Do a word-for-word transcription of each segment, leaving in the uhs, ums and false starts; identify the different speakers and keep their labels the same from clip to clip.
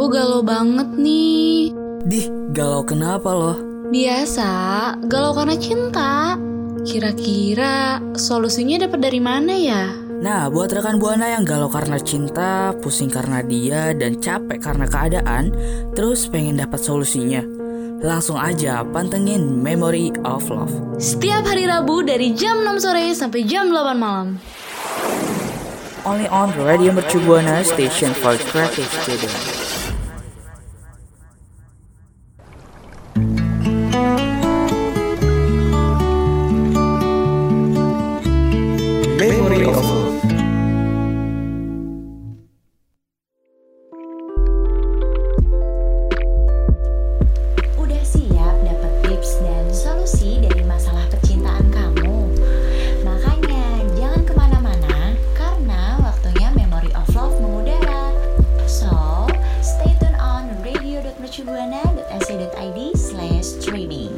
Speaker 1: Aduh, galau banget nih.
Speaker 2: Dih, galau kenapa loh?
Speaker 1: Biasa, galau karena cinta. Kira-kira solusinya dapat dari mana ya?
Speaker 2: Nah, buat rekan Buana yang galau karena cinta, pusing karena dia, dan capek karena keadaan, terus pengen dapat solusinya, langsung aja pantengin Memory of Love.
Speaker 1: Setiap hari Rabu dari jam enam sore sampai jam delapan malam.
Speaker 2: Only on Radio Mercu Buana, station for creative students.
Speaker 3: Memory of Love.
Speaker 4: Udah siap dapat tips dan solusi dari masalah percintaan kamu? Makanya jangan kemana-mana, karena waktunya Memory of Love mengudara. So, stay tune on radio dot mercubuana dot a c dot i d slash streaming.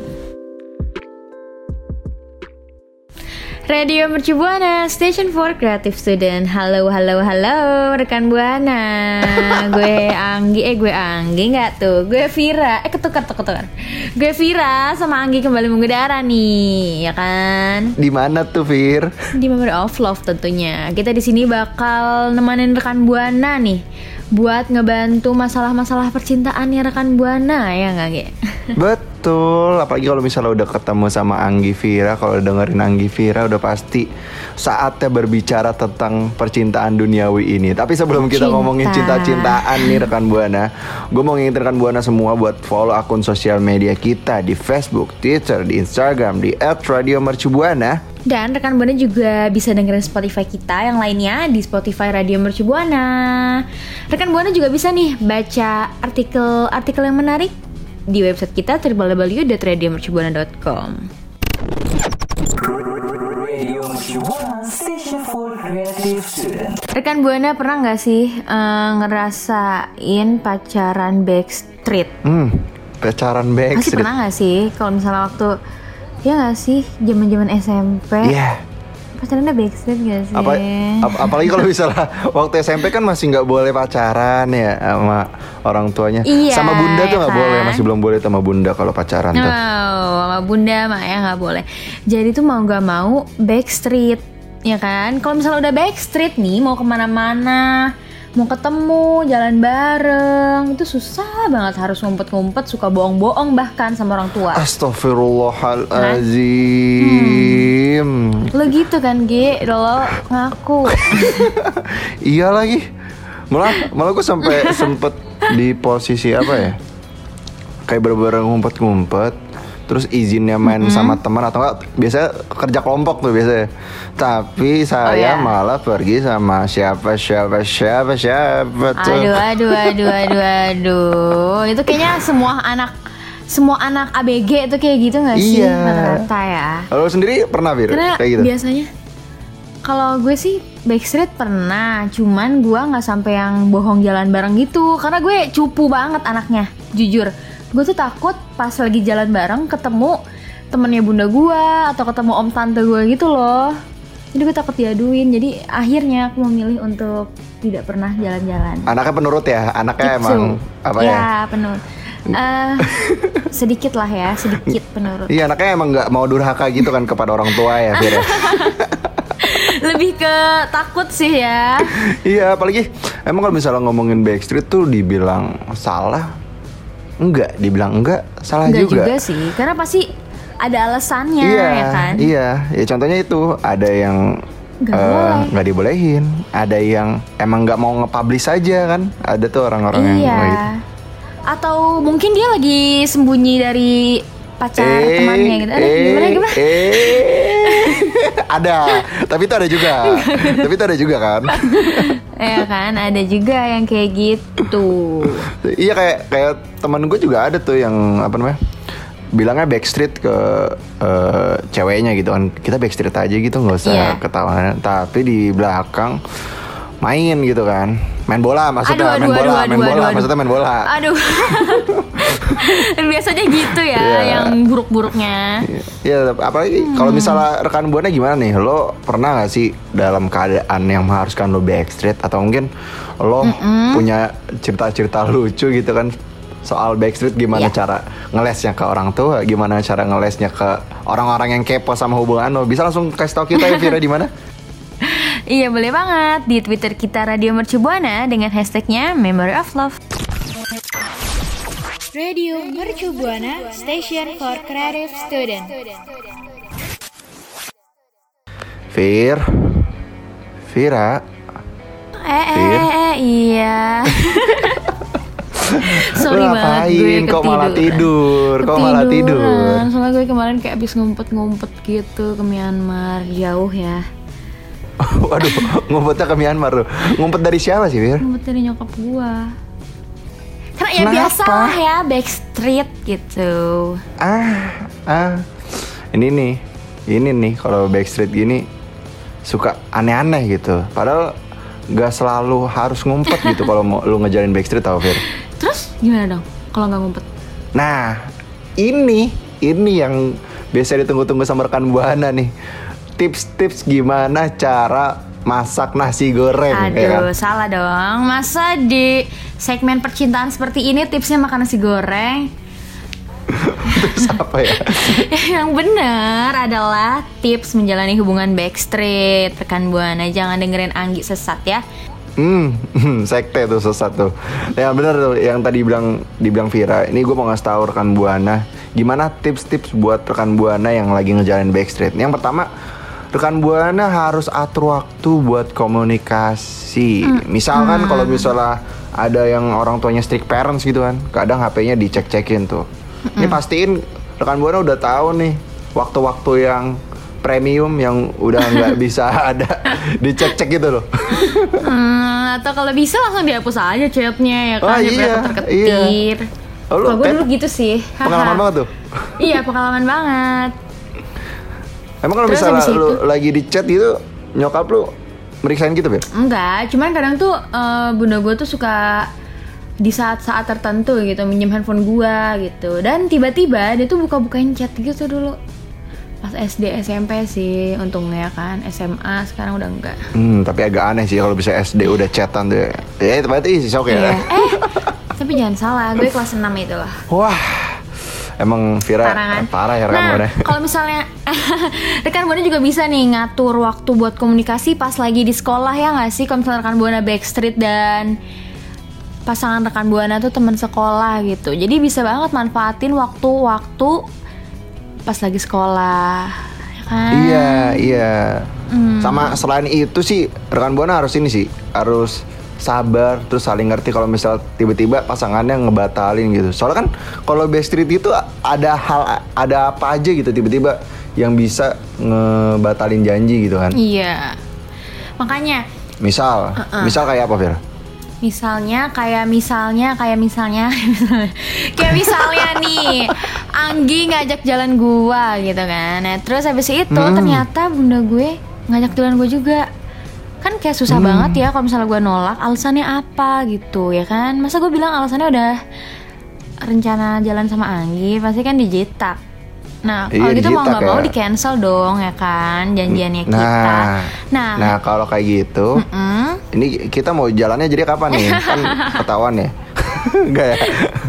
Speaker 5: Radio Mercu Buana, station for creative student. Halo, halo, halo, rekan Buana. Gue Anggi, eh gue Anggi nggak tuh? Gue Vira, eh ketukar, ketukar. Gue Vira sama Anggi kembali mengudara nih, ya kan?
Speaker 3: Di mana tuh, Vir?
Speaker 5: Di Memory of Love tentunya. Kita di sini bakal nemenin rekan Buana nih, buat ngebantu masalah-masalah percintaannya rekan Buana, ya nggak, Ge?
Speaker 3: Betul, apalagi kalau misalnya udah ketemu sama Anggi Vira, kalau dengerin Anggi Vira udah pasti saatnya berbicara tentang percintaan duniawi ini. Tapi sebelum kita
Speaker 5: Cinta.
Speaker 3: ngomongin cinta-cintaan nih rekan Buana, gue mau ngingetin rekan Buana semua buat follow akun sosial media kita di Facebook, Twitter, di Instagram, di et radio mercu buana.
Speaker 5: Dan rekan Buana juga bisa dengerin Spotify kita yang lainnya di Spotify Radio Mercu Buana. Rekan Buana juga bisa nih baca artikel-artikel yang menarik di website kita w w w dot radio mercu buana dot com. Rekan Buana pernah nggak sih uh, ngerasain pacaran backstreet?
Speaker 3: Hmm, pacaran
Speaker 5: Masih
Speaker 3: backstreet.
Speaker 5: pernah nggak sih kalau misalnya waktu ya nggak sih zaman-zaman S M P?
Speaker 3: Iya.
Speaker 5: Pacarannya backstreet gak sih?
Speaker 3: Apa, ap- apalagi kalau misalnya waktu S M P kan masih nggak boleh pacaran ya sama orang tuanya.
Speaker 5: Iya,
Speaker 3: sama bunda tuh nggak
Speaker 5: kan?
Speaker 3: boleh, masih belum boleh sama bunda kalau pacaran tuh.
Speaker 5: Oh, sama bunda mah ya nggak boleh. Jadi tuh mau nggak mau backstreet, ya kan? Kalau misalnya udah backstreet nih, mau kemana-mana, mau ketemu, jalan bareng, itu susah banget, harus ngumpet-ngumpet, suka bohong-bohong bahkan sama orang tua.
Speaker 3: Astagfirullahaladzim. Hmm.
Speaker 5: Lo gitu kan, Ge? Lo ngaku.
Speaker 3: Iya lagi. Malah malah gue sampai sempet di posisi apa ya? Kayak bareng-bareng ngumpet-ngumpet, terus izinnya main mm-hmm. sama teman atau enggak, biasanya kerja kelompok tuh biasanya. Tapi saya
Speaker 5: oh, ya?
Speaker 3: malah pergi sama siapa siapa siapa siapa tuh.
Speaker 5: Aduh, aduh, aduh, aduh, aduh. Itu kayaknya semua anak semua anak A B G itu kayak gitu nggak sih?
Speaker 3: Iya.
Speaker 5: Rata-rata ya.
Speaker 3: Lo sendiri pernah, Vir?
Speaker 5: Karena
Speaker 3: Kayak gitu?
Speaker 5: biasanya kalau gue sih backstreet pernah, cuman gue nggak sampai yang bohong jalan bareng gitu, karena gue cupu banget anaknya, jujur. Gue tuh takut pas lagi jalan bareng ketemu temennya bunda gue atau ketemu om tante gue gitu loh. Jadi gue takut diaduin, jadi akhirnya aku memilih untuk tidak pernah jalan-jalan.
Speaker 3: Anaknya penurut ya? Anaknya
Speaker 5: Gitu.
Speaker 3: emang apa ya?
Speaker 5: Ya penurut. Uh, sedikit lah ya, sedikit penurut.
Speaker 3: Iya, anaknya emang nggak mau durhaka gitu kan kepada orang tua ya, Vir.
Speaker 5: Lebih ke takut sih ya.
Speaker 3: Iya, apalagi emang kalau misalnya ngomongin backstreet tuh dibilang salah, enggak, dibilang enggak, salah
Speaker 5: Enggak
Speaker 3: juga.
Speaker 5: juga sih, karena pasti ada alasannya,
Speaker 3: Iya,
Speaker 5: ya kan?
Speaker 3: iya, ya contohnya itu ada yang
Speaker 5: Nggak
Speaker 3: eh,
Speaker 5: boleh.
Speaker 3: nggak dibolehin, ada yang emang nggak mau nge-publish aja kan, ada tuh orang-orang yang
Speaker 5: Iya.
Speaker 3: kayak gitu.
Speaker 5: Atau mungkin dia lagi sembunyi dari pacar
Speaker 3: Eh,
Speaker 5: temannya gitu. Ada
Speaker 3: eh,
Speaker 5: gimana gimana?
Speaker 3: Eh, ada, tapi itu ada juga, tapi itu ada juga kan.
Speaker 5: Ya kan, ada juga yang kayak gitu.
Speaker 3: Iya, kayak kayak teman gue juga ada tuh yang apa namanya, bilangnya backstreet ke uh, ceweknya gitu kan, kita backstreet aja gitu, nggak usah
Speaker 5: Iya.
Speaker 3: ketahuan. Tapi di belakang main gitu kan. Main bola maksudnya,
Speaker 5: Aduh,
Speaker 3: main
Speaker 5: aduh,
Speaker 3: bola,
Speaker 5: aduh,
Speaker 3: main
Speaker 5: aduh,
Speaker 3: bola,
Speaker 5: aduh, aduh.
Speaker 3: maksudnya main bola.
Speaker 5: Aduh. Biasanya gitu ya,
Speaker 3: Iya.
Speaker 5: yang buruk-buruknya.
Speaker 3: Ya apalagi
Speaker 5: Hmm.
Speaker 3: kalau misalnya rekan buana gimana nih? Lo pernah gak sih dalam keadaan yang mengharuskan lo backstreet atau mungkin lo
Speaker 5: Mm-mm.
Speaker 3: punya cerita-cerita lucu gitu kan soal backstreet, gimana
Speaker 5: Iya.
Speaker 3: cara ngelesnya ke orang tua, gimana cara ngelesnya ke orang-orang yang kepo sama hubungan lo? Bisa langsung kasih tau kita ya Vira di mana?
Speaker 5: Iya boleh banget di Twitter kita Radio Mercu Buana dengan hashtagnya Memory of Love.
Speaker 1: Radio Mercu Buana, Station for Creative Student.
Speaker 3: Vir, Vira,
Speaker 5: Eh eh
Speaker 3: Fir?
Speaker 5: eh, eh iya. Sorry
Speaker 3: Lo
Speaker 5: banget gue
Speaker 3: ngapain? Kok malah
Speaker 5: ketiduran.
Speaker 3: tidur? Kok malah tidur?
Speaker 5: Ketiduran. Soalnya gue kemarin kayak abis ngumpet-ngumpet gitu ke Myanmar, jauh ya.
Speaker 3: Waduh, ngumpetnya ke Myanmar tuh. Ngumpet dari siapa sih, Vir?
Speaker 5: Ngumpet dari nyokap gue. Karena ya
Speaker 3: Kenapa?
Speaker 5: biasa lah ya, backstreet gitu.
Speaker 3: Ah, ah. Ini nih, ini nih kalau backstreet gini suka aneh-aneh gitu. Padahal gak selalu harus ngumpet gitu kalau mau lu ngejalin backstreet, tau Vir.
Speaker 5: Terus gimana dong kalau nggak ngumpet?
Speaker 3: Nah, ini ini yang biasa ditunggu-tunggu sama rekan buana nih. Tips-tips gimana cara masak nasi goreng, ya kan?
Speaker 5: Aduh, salah dong. Masa di segmen percintaan seperti ini tipsnya makan nasi goreng?
Speaker 3: Terus apa ya?
Speaker 5: Yang benar adalah tips menjalani hubungan backstreet. Rekan Buana, jangan dengerin Anggi sesat ya.
Speaker 3: Hmm, sekte tuh sesat tuh. Yang bener tuh, yang tadi bilang dibilang Vira. Ini gue mau ngasih tahu rekan buana gimana tips-tips buat rekan buana yang lagi ngejalanin backstreet. Yang pertama, rekan buana harus atur waktu buat komunikasi. Misalkan kalau misalnya ada yang orang tuanya strict parents gitu kan, kadang H P-nya dicek-cekin tuh. Ini pastiin rekan buana udah tahu nih waktu-waktu yang premium yang udah nggak bisa ada dicek-cek gitu loh.
Speaker 5: Hmm, atau kalau bisa langsung dihapus aja chatnya ya kan,
Speaker 3: Oh,
Speaker 5: daripada
Speaker 3: iya,
Speaker 5: ketar-ketir.
Speaker 3: Oh, lu
Speaker 5: Kalau gue
Speaker 3: kayak
Speaker 5: dulu gitu sih. Haha.
Speaker 3: Pengalaman banget tuh.
Speaker 5: Iya, pengalaman banget.
Speaker 3: Emang kalau
Speaker 5: Terus
Speaker 3: misalnya
Speaker 5: habis
Speaker 3: lu
Speaker 5: itu?
Speaker 3: lagi di chat gitu, nyokap lu meriksain gitu, Bir?
Speaker 5: Enggak, cuman kadang tuh eh, bunda gue tuh suka di saat-saat tertentu gitu minjem handphone gue gitu. Dan tiba-tiba dia tuh buka-bukain chat gitu dulu. Pas S D S M P sih untungnya kan. S M A sekarang udah enggak.
Speaker 3: Hmm, tapi agak aneh sih kalau bisa S D udah chatan tuh. Ya, ya itu berarti sih oke
Speaker 5: Iya.
Speaker 3: ya.
Speaker 5: Eh, tapi jangan salah, gue kelas enam itu lah.
Speaker 3: Wah, emang Vira
Speaker 5: Parah kan?
Speaker 3: parah ya rekan
Speaker 5: Nah,
Speaker 3: buana.
Speaker 5: kalau misalnya rekan buana juga bisa nih ngatur waktu buat komunikasi pas lagi di sekolah ya nggak sih? Kalau misalnya rekan buana backstreet dan pasangan rekan buana tuh teman sekolah gitu. Jadi bisa banget manfaatin waktu-waktu pas lagi sekolah, ya kan?
Speaker 3: Iya, iya.
Speaker 5: Hmm.
Speaker 3: Sama selain itu sih rekan buana harus ini sih, harus sabar terus saling ngerti kalau misal tiba-tiba pasangannya ngebatalin gitu. Soalnya kan kalau backstreet itu ada hal ada apa aja gitu tiba-tiba yang bisa ngebatalin janji gitu kan.
Speaker 5: Iya. Makanya
Speaker 3: Misal,
Speaker 5: Uh-uh.
Speaker 3: misal kayak apa, Vir?
Speaker 5: Misalnya kayak misalnya kayak misalnya kayak misalnya nih Anggi ngajak jalan gua gitu kan. Nah, terus habis itu
Speaker 3: Hmm.
Speaker 5: ternyata bunda gue ngajak jalan gua juga. Kan kayak susah
Speaker 3: Hmm.
Speaker 5: banget ya kalau misalnya gua nolak, alasannya apa gitu ya kan. Masa gue bilang alasannya udah rencana jalan sama Anggi, pasti kan dijitak. Nah, kalau
Speaker 3: Iya,
Speaker 5: gitu mau
Speaker 3: dijitak
Speaker 5: nggak mau
Speaker 3: ya.
Speaker 5: di cancel dong ya kan janjiannya kita.
Speaker 3: Nah,
Speaker 5: Nah,
Speaker 3: nah kalau kayak gitu,
Speaker 5: mm,
Speaker 3: ini kita mau jalannya jadi kapan nih? Kan ketahuan ya. Enggak ya?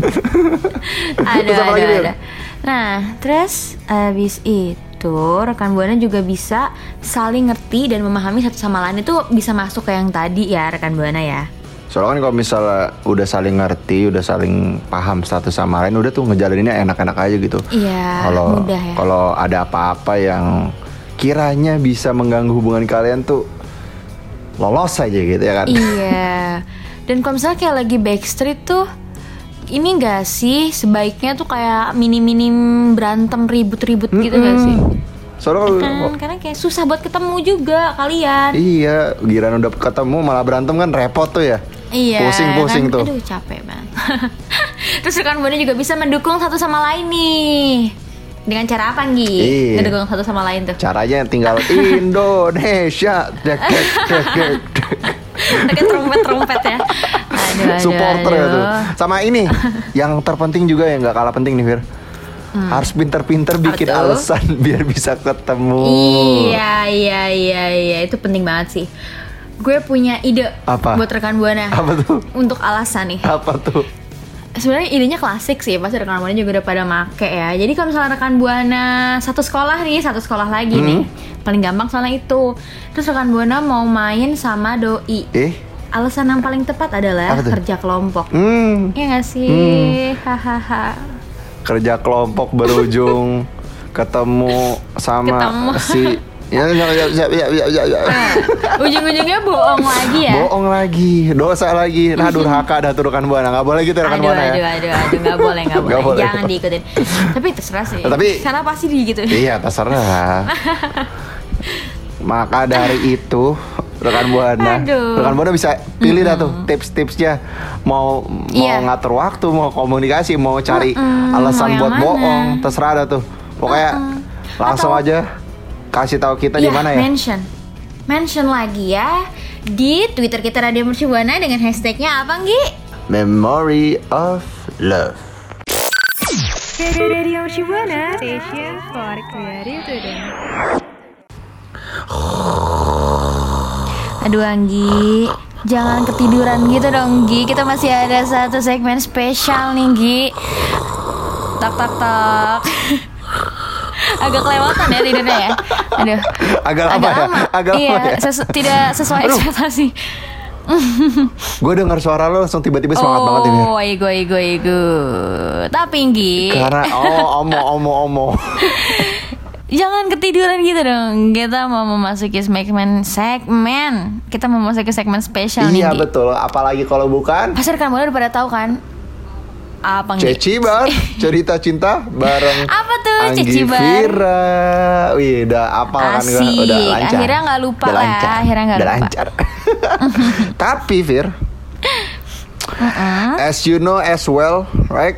Speaker 5: ada
Speaker 3: Terus apa
Speaker 5: ada
Speaker 3: lagi, Bir?
Speaker 5: ada. Nah, terus abis itu rekan buana juga bisa saling ngerti dan memahami satu sama lain. Itu bisa masuk ke yang tadi ya rekan buana ya.
Speaker 3: Soalnya kan kalau misalnya udah saling ngerti, udah saling paham satu sama lain, udah tuh ngejalaninnya enak-enak aja gitu.
Speaker 5: Iya,
Speaker 3: Kalau
Speaker 5: mudah ya.
Speaker 3: kalau ada apa-apa yang kiranya bisa mengganggu hubungan kalian tuh lolos aja gitu ya kan.
Speaker 5: Iya. Dan kalau misalnya kayak lagi backstreet tuh, ini gak sih sebaiknya tuh kayak minim-minim berantem ribut-ribut gitu gak sih?
Speaker 3: Soalnya kalau
Speaker 5: Kan karena kayak susah buat ketemu juga kalian.
Speaker 3: iya, giran udah ketemu malah berantem kan repot tuh ya.
Speaker 5: Iya,
Speaker 3: Pusing-pusing
Speaker 5: kan?
Speaker 3: tuh.
Speaker 5: Aduh capek banget. Terus rekan buana juga bisa mendukung satu sama lain nih. Dengan cara apa Nggi?
Speaker 3: Iya.
Speaker 5: Ngedukung satu sama lain tuh.
Speaker 3: Caranya tinggal Indonesia. Dek, dek, dek, dek, dek.
Speaker 5: Pakai trompet-trompet ya. Aduh, aduh,
Speaker 3: Supporter ya
Speaker 5: aduh.
Speaker 3: tuh. Sama ini yang terpenting juga yang nggak kalah penting nih Fir. Hmm. Harus pinter-pinter bikin
Speaker 5: tuh?
Speaker 3: alasan biar bisa ketemu.
Speaker 5: Iya, iya, iya, iya, itu penting banget sih. Gue punya ide
Speaker 3: Apa?
Speaker 5: buat rekan Buana.
Speaker 3: Apa tuh?
Speaker 5: Untuk alasan nih.
Speaker 3: Apa tuh?
Speaker 5: Sebenarnya idenya klasik sih, pasti rekan Buana juga udah pada make ya. Jadi kalau misalnya rekan Buana satu sekolah nih, satu sekolah lagi
Speaker 3: Hmm.
Speaker 5: nih, paling gampang soalnya itu. Terus rekan Buana mau main sama doi.
Speaker 3: Eh?
Speaker 5: Alasan yang paling tepat adalah
Speaker 3: Apa tuh?
Speaker 5: kerja kelompok.
Speaker 3: Hmm.
Speaker 5: Iya gak sih? Hahaha.
Speaker 3: Kerja kelompok berujung ketemu sama
Speaker 5: Ketemu.
Speaker 3: si ya ya ya ya ya ya, ya, ya.
Speaker 5: Nah, ujung-ujungnya bohong lagi ya.
Speaker 3: Bohong lagi, dosa lagi. Nah, durhaka dah tuh rekan Buana. Nggak boleh gitu rekan
Speaker 5: Aduh,
Speaker 3: Buana ya.
Speaker 5: aduh, aduh, aduh, nggak boleh, nggak boleh.
Speaker 3: Nggak boleh.
Speaker 5: Jangan diikutin. Tapi terserah sih.
Speaker 3: Tapi-
Speaker 5: karena pasti di gitu.
Speaker 3: Iya, terserah. Maka dari itu rekan Buana,
Speaker 5: Aduh.
Speaker 3: rekan Buana bisa pilih dah tuh tips-tipsnya. Mau mau
Speaker 5: Iya.
Speaker 3: ngatur waktu, mau komunikasi, mau cari
Speaker 5: Mm-mm,
Speaker 3: alasan
Speaker 5: mau yang
Speaker 3: buat
Speaker 5: mana?
Speaker 3: bohong, terserah dah tuh. Pokoknya langsung
Speaker 5: Atau-
Speaker 3: aja kasih tahu kita di
Speaker 5: Iya,
Speaker 3: mana ya.
Speaker 5: mention. Mention lagi ya di Twitter kita Radio Mercu Buana dengan hashtagnya apa, Nggi?
Speaker 3: Memory of Love.
Speaker 6: Radio Mercu Buana, station for creative today.
Speaker 5: Aduh, Anggi, jangan ketiduran gitu dong, Nggi. Kita masih ada satu segmen spesial nih, Nggi. Tak tak tak. Agak kelewatan ya tidurnya ya. Aduh.
Speaker 3: Agak lama ya? Agak
Speaker 5: iya,
Speaker 3: lama ya?
Speaker 5: sesu- tidak sesuai ekspektasi.
Speaker 3: Gue dengar suara lo langsung tiba-tiba semangat banget ini.
Speaker 5: Oh, ego ego ego. Tapi Nggi,
Speaker 3: Karena oh omo omo omo.
Speaker 5: jangan ketiduran gitu dong. Kita mau memasuki segmen segmen. Kita mau memasuki segmen spesial nih,
Speaker 3: Iya
Speaker 5: Nggi.
Speaker 3: betul. Apalagi kalau bukan
Speaker 5: Pasti rekan Buana udah pada tahu kan? Apa Nggi?
Speaker 3: Ceci Bar, cerita cinta bareng
Speaker 5: Apa tuh,
Speaker 3: Anggi
Speaker 5: Ceci Bar?
Speaker 3: Vira. Wih, udah apal kan gue,
Speaker 5: Asik.
Speaker 3: udah lancar.
Speaker 5: Akhirnya nggak lupa
Speaker 3: udah
Speaker 5: lah,
Speaker 3: lancar.
Speaker 5: akhirnya nggak
Speaker 3: udah
Speaker 5: lupa.
Speaker 3: lancar. Tapi Vir, as you know as well, right?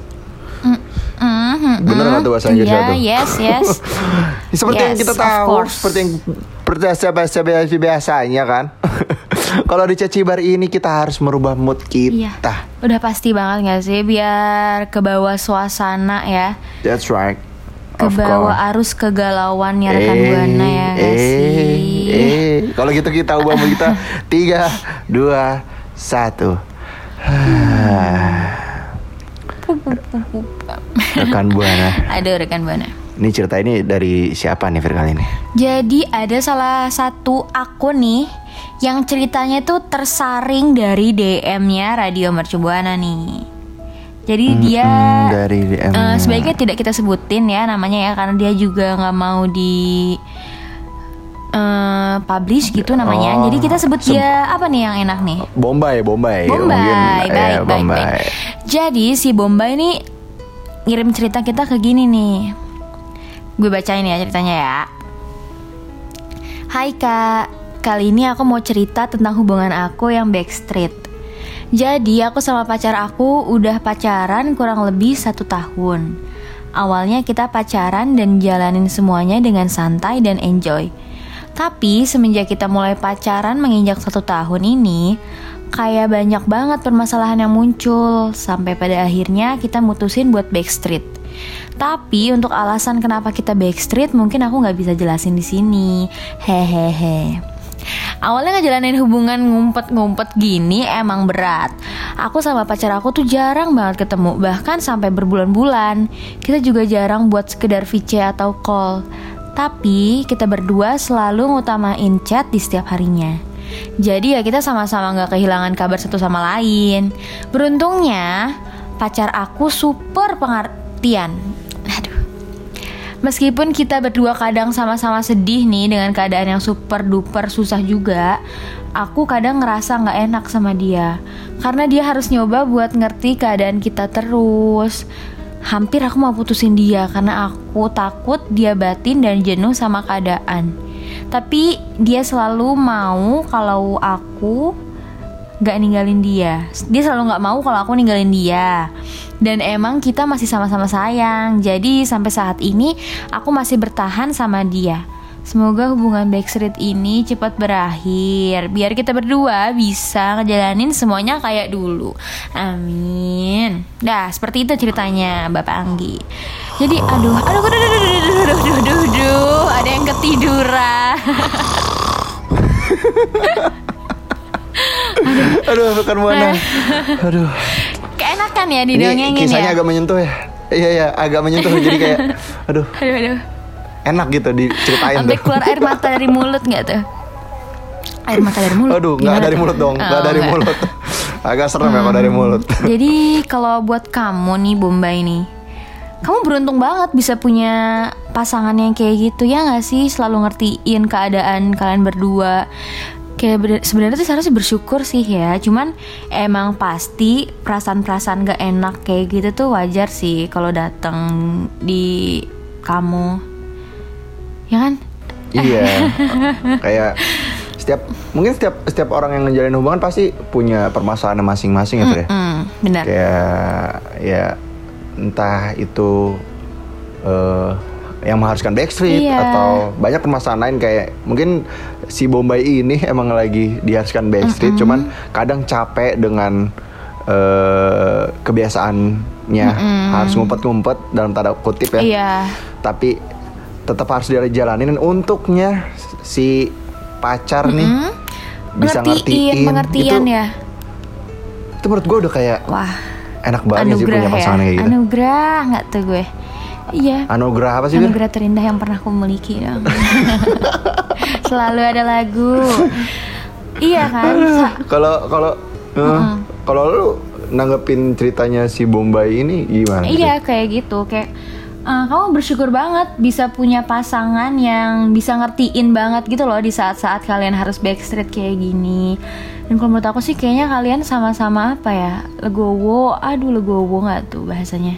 Speaker 5: Mhm,
Speaker 3: Bener nggak tuh bahasa Inggrisnya
Speaker 5: Iya,
Speaker 3: tuh?
Speaker 5: yes, yes.
Speaker 3: Seperti yang
Speaker 5: Yes,
Speaker 3: kita
Speaker 5: of
Speaker 3: tahu,
Speaker 5: course.
Speaker 3: seperti yang biasa biasa biasanya kan. Kalau di Ceci Bar ini kita harus merubah mood
Speaker 5: Iya.
Speaker 3: kita.
Speaker 5: Udah pasti banget gak sih biar ke bawah suasana ya,
Speaker 3: That's right.
Speaker 5: ke
Speaker 3: Of
Speaker 5: bawah
Speaker 3: course.
Speaker 5: arus kegalauannya rekan Buana ya gak
Speaker 3: eh,
Speaker 5: sih?
Speaker 3: Eh, kalau gitu kita ubah mood kita tiga, dua, satu. Rekan Buana.
Speaker 5: Aduh rekan Buana.
Speaker 3: Ini cerita ini dari siapa nih Fir kali ini?
Speaker 5: Jadi ada salah satu akun nih yang ceritanya tuh tersaring dari D M-nya Radio Mercu Buana nih. Jadi dia
Speaker 3: Hmm, dari D M.
Speaker 5: eh, sebaiknya tidak kita sebutin ya namanya ya, karena dia juga nggak mau di eh, publish gitu namanya.
Speaker 3: Oh,
Speaker 5: Jadi kita sebut
Speaker 3: seb-
Speaker 5: dia apa nih yang enak nih?
Speaker 3: Bombay, Bombay.
Speaker 5: Bombay,
Speaker 3: Mungkin,
Speaker 5: baik,
Speaker 3: ya,
Speaker 5: baik,
Speaker 3: Bombay.
Speaker 5: baik. Jadi si Bombay ini ngirim cerita kita ke gini nih. Gue bacain ya ceritanya ya. Hai kak, kali ini aku mau cerita tentang hubungan aku yang backstreet. Jadi aku sama pacar aku udah pacaran kurang lebih satu tahun. Awalnya kita pacaran dan jalanin semuanya dengan santai dan enjoy. Tapi semenjak kita mulai pacaran menginjak satu tahun ini, kayak banyak banget permasalahan yang muncul. Sampai pada akhirnya kita mutusin buat backstreet. Tapi untuk alasan kenapa kita backstreet mungkin aku nggak bisa jelasin di sini. Hehehe. Awalnya ngejalanin hubungan ngumpet-ngumpet gini emang berat. Aku sama pacar aku tuh jarang banget ketemu, bahkan sampai berbulan-bulan. Kita juga jarang buat sekedar V C atau call. Tapi kita berdua selalu ngutamain chat di setiap harinya. Jadi ya kita sama-sama gak kehilangan kabar satu sama lain. Beruntungnya pacar aku super pengertian. Aduh. Meskipun kita berdua kadang sama-sama sedih nih dengan keadaan yang super duper susah juga, aku kadang ngerasa gak enak sama dia. Karena dia harus nyoba buat ngerti keadaan kita terus. Hampir aku mau putusin dia karena aku takut dia batin dan jenuh sama keadaan. Tapi dia selalu mau kalau aku gak ninggalin dia. Dia selalu gak mau kalau aku ninggalin dia. Dan emang kita masih sama-sama sayang. Jadi sampai saat ini aku masih bertahan sama dia. Semoga hubungan Backstreet ini cepat berakhir, biar kita berdua bisa ngejalanin semuanya kayak dulu. Amin. Dah, seperti itu ceritanya Bapak Anggi. Jadi aduh, aduh, aduh, aduh, aduh, aduh, aduh, aduh, aduh, aduh, ada yang ketiduran.
Speaker 3: Aduh, bukan Buana. Aduh.
Speaker 5: Keenakan ya
Speaker 3: Ini
Speaker 5: didongengin ya.
Speaker 3: kisahnya agak menyentuh ya. Iya iya, agak menyentuh jadi kayak aduh,
Speaker 5: Aduh, aduh.
Speaker 3: enak gitu diceritain
Speaker 5: Sampai
Speaker 3: tuh.
Speaker 5: keluar air mata dari mulut nggak tuh? Air mata dari mulut.
Speaker 3: Aduh, nggak
Speaker 5: Gimana
Speaker 3: dari
Speaker 5: tuh?
Speaker 3: mulut dong, nggak
Speaker 5: Oh,
Speaker 3: dari
Speaker 5: nggak.
Speaker 3: mulut. Agak serem ya kalau dari mulut.
Speaker 5: Jadi kalau buat kamu nih Bombay nih, kamu beruntung banget bisa punya pasangan yang kayak gitu ya nggak sih? Selalu ngertiin keadaan kalian berdua. Kayak bener- sebenarnya tuh seharusnya bersyukur sih ya. Cuman emang pasti perasaan-perasaan gak enak kayak gitu tuh wajar sih kalau datang di kamu, ya kan?
Speaker 3: Iya. Kayak setiap mungkin setiap setiap orang yang ngejalin hubungan pasti punya permasalahan masing-masing ya, Fir, ya.
Speaker 5: Hmm, benar.
Speaker 3: Kayak ya entah itu eh, yang mengharuskan Backstreet
Speaker 5: Iya.
Speaker 3: atau banyak permasalahan lain kayak mungkin si Bombay ini emang lagi diharuskan Backstreet, cuman kadang capek dengan eh, kebiasaannya harus ngumpet-ngumpet dalam tanda kutip ya.
Speaker 5: Iya.
Speaker 3: Tapi tetap harus dijalanin untuknya si pacar nih bisa ngertiin,
Speaker 5: pengertian
Speaker 3: itu,
Speaker 5: ya.
Speaker 3: itu menurut gue udah kayak
Speaker 5: Wah,
Speaker 3: enak banget sih
Speaker 5: anugerah
Speaker 3: punya
Speaker 5: ya.
Speaker 3: pasangan kayak gitu.
Speaker 5: Anugerah nggak tuh gue? Iya.
Speaker 3: Anugerah apa sih, Bir?
Speaker 5: Anugerah terindah yang pernah aku miliki dong. Selalu ada lagu. Iya kan? Sa-
Speaker 3: Kalau kalau eh, kalau lu nanggepin ceritanya si Bombay ini gimana?
Speaker 5: Iya kayak gitu. Kayak eh, kamu bersyukur banget bisa punya pasangan yang bisa ngertiin banget gitu loh di saat-saat kalian harus Backstreet kayak gini. Dan kalau menurut aku sih kayaknya kalian sama-sama apa ya, legowo. Aduh, legowo nggak tuh bahasanya?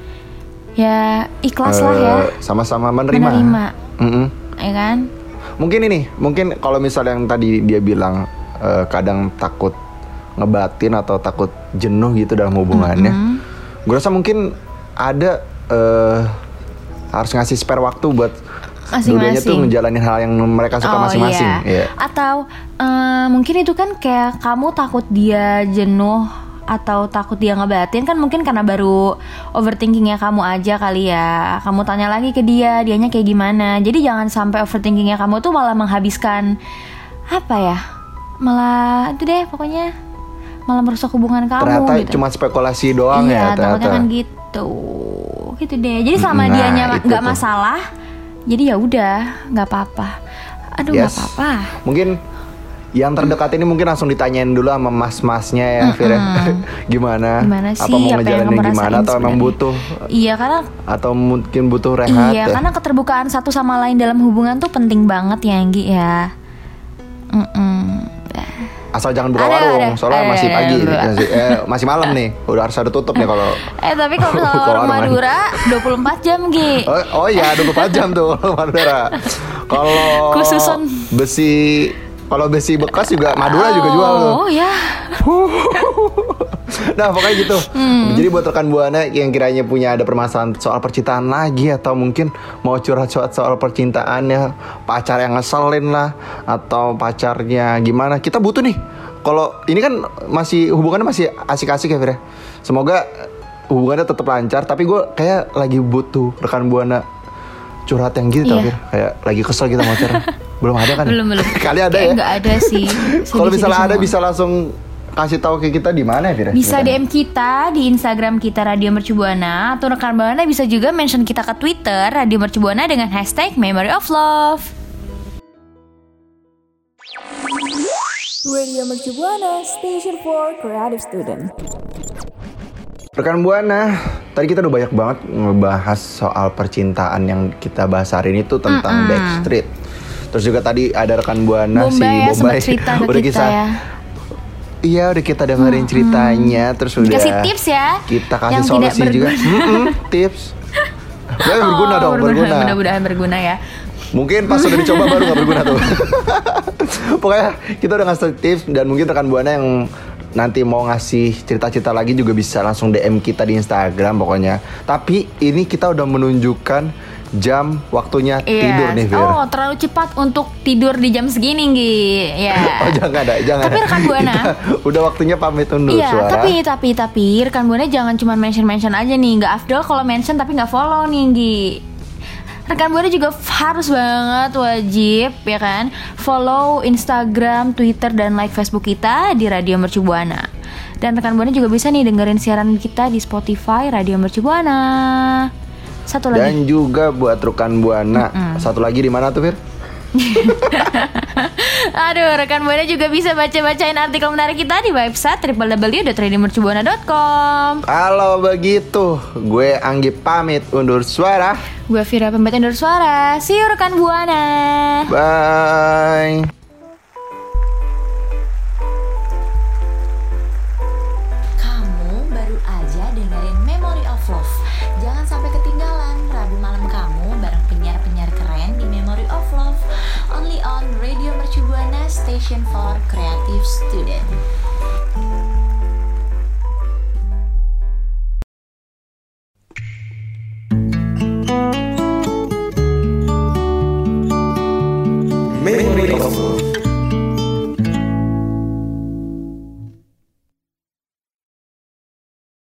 Speaker 5: Ya ikhlas lah ya,
Speaker 3: Eh, sama-sama menerima.
Speaker 5: menerima,
Speaker 3: Mm-mm.
Speaker 5: ya kan?
Speaker 3: Mungkin ini, mungkin kalau misalnya yang tadi dia bilang eh, kadang takut ngebatin atau takut jenuh gitu dalam hubungannya. Gue rasa mungkin ada eh, harus ngasih spare waktu buat dua-duanya tuh
Speaker 5: Masing-masing.
Speaker 3: ngejalanin hal yang mereka suka
Speaker 5: Oh,
Speaker 3: masing-masing.
Speaker 5: iya.
Speaker 3: Iya.
Speaker 5: Atau eh, mungkin itu kan kayak kamu takut dia jenuh atau takut dia ngebatin kan, mungkin karena baru overthinkingnya kamu aja kali ya. Kamu tanya lagi ke dia, dianya kayak gimana. Jadi jangan sampai overthinkingnya kamu tuh malah menghabiskan apa ya, malah itu deh pokoknya malah merusak hubungan kamu
Speaker 3: Ternyata
Speaker 5: gitu.
Speaker 3: cuma spekulasi doang
Speaker 5: Iya,
Speaker 3: ya
Speaker 5: takutnya
Speaker 3: ternyata.
Speaker 5: kan gitu, gitu deh. Jadi sama
Speaker 3: Nah,
Speaker 5: dianya ma-
Speaker 3: itu
Speaker 5: nggak
Speaker 3: tuh.
Speaker 5: masalah, jadi ya udah nggak apa-apa. Aduh nggak
Speaker 3: Yes.
Speaker 5: apa-apa.
Speaker 3: Mungkin yang terdekat ini mungkin langsung ditanyain dulu sama mas-masnya ya, Fir, ya. Gimana?
Speaker 5: Gimana
Speaker 3: Apa
Speaker 5: sih,
Speaker 3: mau
Speaker 5: apa yang
Speaker 3: ngejalanin
Speaker 5: kamu
Speaker 3: gimana
Speaker 5: rasain
Speaker 3: atau emang
Speaker 5: sebenarnya?
Speaker 3: butuh
Speaker 5: Iya karena
Speaker 3: atau mungkin butuh rehat
Speaker 5: iya
Speaker 3: ya?
Speaker 5: karena keterbukaan satu sama lain dalam hubungan tuh penting banget ya Anggi ya. Mm-mm.
Speaker 3: Asal jangan buka
Speaker 5: Ada,
Speaker 3: warung,
Speaker 5: ada.
Speaker 3: soalnya
Speaker 5: Ada,
Speaker 3: masih
Speaker 5: ada,
Speaker 3: pagi,
Speaker 5: ada.
Speaker 3: masih, eh, masih malam nih, udah harus ada tutup nih kalau.
Speaker 5: Eh tapi kalau misalnya
Speaker 3: Buka
Speaker 5: warung
Speaker 3: warung kan.
Speaker 5: Madura dua puluh empat jam Gi.
Speaker 3: Oh, oh iya, dua puluh empat jam tuh Madura. Kalau
Speaker 5: Khususon.
Speaker 3: besi, kalau besi bekas juga Madura juga jual tuh.
Speaker 5: Oh ya.
Speaker 3: Nah pokoknya gitu.
Speaker 5: Hmm.
Speaker 3: Jadi buat rekan Buana yang kiranya punya ada permasalahan soal percintaan lagi, atau mungkin mau curhat-curhat soal percintaannya, pacar yang ngeselin lah, atau pacarnya gimana, kita butuh nih. Kalau ini kan masih hubungannya masih asik-asik ya, Fir, ya. Semoga hubungannya tetap lancar. Tapi gue kayak lagi butuh rekan Buana curhat yang gitu, tau,
Speaker 5: Iya.
Speaker 3: Fir. Kayak lagi kesel gitu sama pacar. Belum ada kan?
Speaker 5: Belum belum.
Speaker 3: Kali ada
Speaker 5: Kayak
Speaker 3: ya.
Speaker 5: nggak ada sih.
Speaker 3: Kalau misalnya ada
Speaker 5: Sedih-sedih
Speaker 3: bisa langsung kasih tahu ke kita di mana ya, Fir?
Speaker 5: Bisa D M kita di Instagram kita Radio Mercu Buana, atau rekan Buana bisa juga mention kita ke Twitter Radio Mercu Buana dengan hashtag Memory of Love.
Speaker 7: Radio Mercu Buana, Station for Creative Student.
Speaker 3: Rekan Buana, tadi kita udah banyak banget ngebahas soal percintaan yang kita bahas hari ini tuh tentang Backstreet. Terus juga tadi ada rekan Buana si
Speaker 5: Bombay ya sempat
Speaker 3: Bombay
Speaker 5: cerita ke
Speaker 3: udah
Speaker 5: kita
Speaker 3: kisah.
Speaker 5: ya.
Speaker 3: Iya, udah kita dengerin ceritanya, terus udah
Speaker 5: Dikasih tips ya.
Speaker 3: Kita kasih
Speaker 5: yang tidak
Speaker 3: solusi juga.
Speaker 5: berguna.
Speaker 3: Mm-mm, tips. Ya, berguna
Speaker 5: Oh,
Speaker 3: dong, berguna.
Speaker 5: Mudah-mudahan berguna ya.
Speaker 3: Mungkin pas udah dicoba baru gak berguna tuh. Pokoknya kita udah ngasih tips, dan mungkin rekan Buana yang nanti mau ngasih cerita-cerita lagi juga bisa langsung D M kita di Instagram pokoknya. Tapi ini kita udah menunjukkan jam waktunya
Speaker 5: Iya.
Speaker 3: tidur nih, Fir.
Speaker 5: Oh, terlalu cepat untuk tidur di jam segini, Gi. Ya.
Speaker 3: Oh, jangan ada, jangan.
Speaker 5: Tapi rekan Buana.
Speaker 3: Kita udah waktunya pamit undur
Speaker 5: Iya,
Speaker 3: suara.
Speaker 5: tapi tapi tapi rekan Buana jangan cuma mention-mention aja nih. Nggak afdol kalau mention tapi nggak follow nih, Gi. Rekan Buana juga harus banget wajib ya kan follow Instagram, Twitter dan like Facebook kita di Radio Mercu Buana. Dan rekan Buana juga bisa nih dengerin siaran kita di Spotify Radio Mercu Buana. Satu lagi.
Speaker 3: Dan juga buat rekan Buana.
Speaker 5: Mm-mm.
Speaker 3: Satu lagi di mana tuh, Fir?
Speaker 5: Aduh, rekan Buana juga bisa baca-bacain artikel menarik kita di website w w w dot radio mercu buana dot com.
Speaker 3: Kalau begitu, gue Anggi pamit undur suara.
Speaker 5: Gue Vira pamit undur suara. See you rekan Buana.
Speaker 3: Bye.
Speaker 4: Kamu baru aja dengerin Memory of Love. Jangan sampai ketinggalan Rabu malam kamu bareng penyiar-penyiar keren di Memory of Love. Only on Radio Mercu Buana, Station for Creative Student.
Speaker 8: Memory of Love.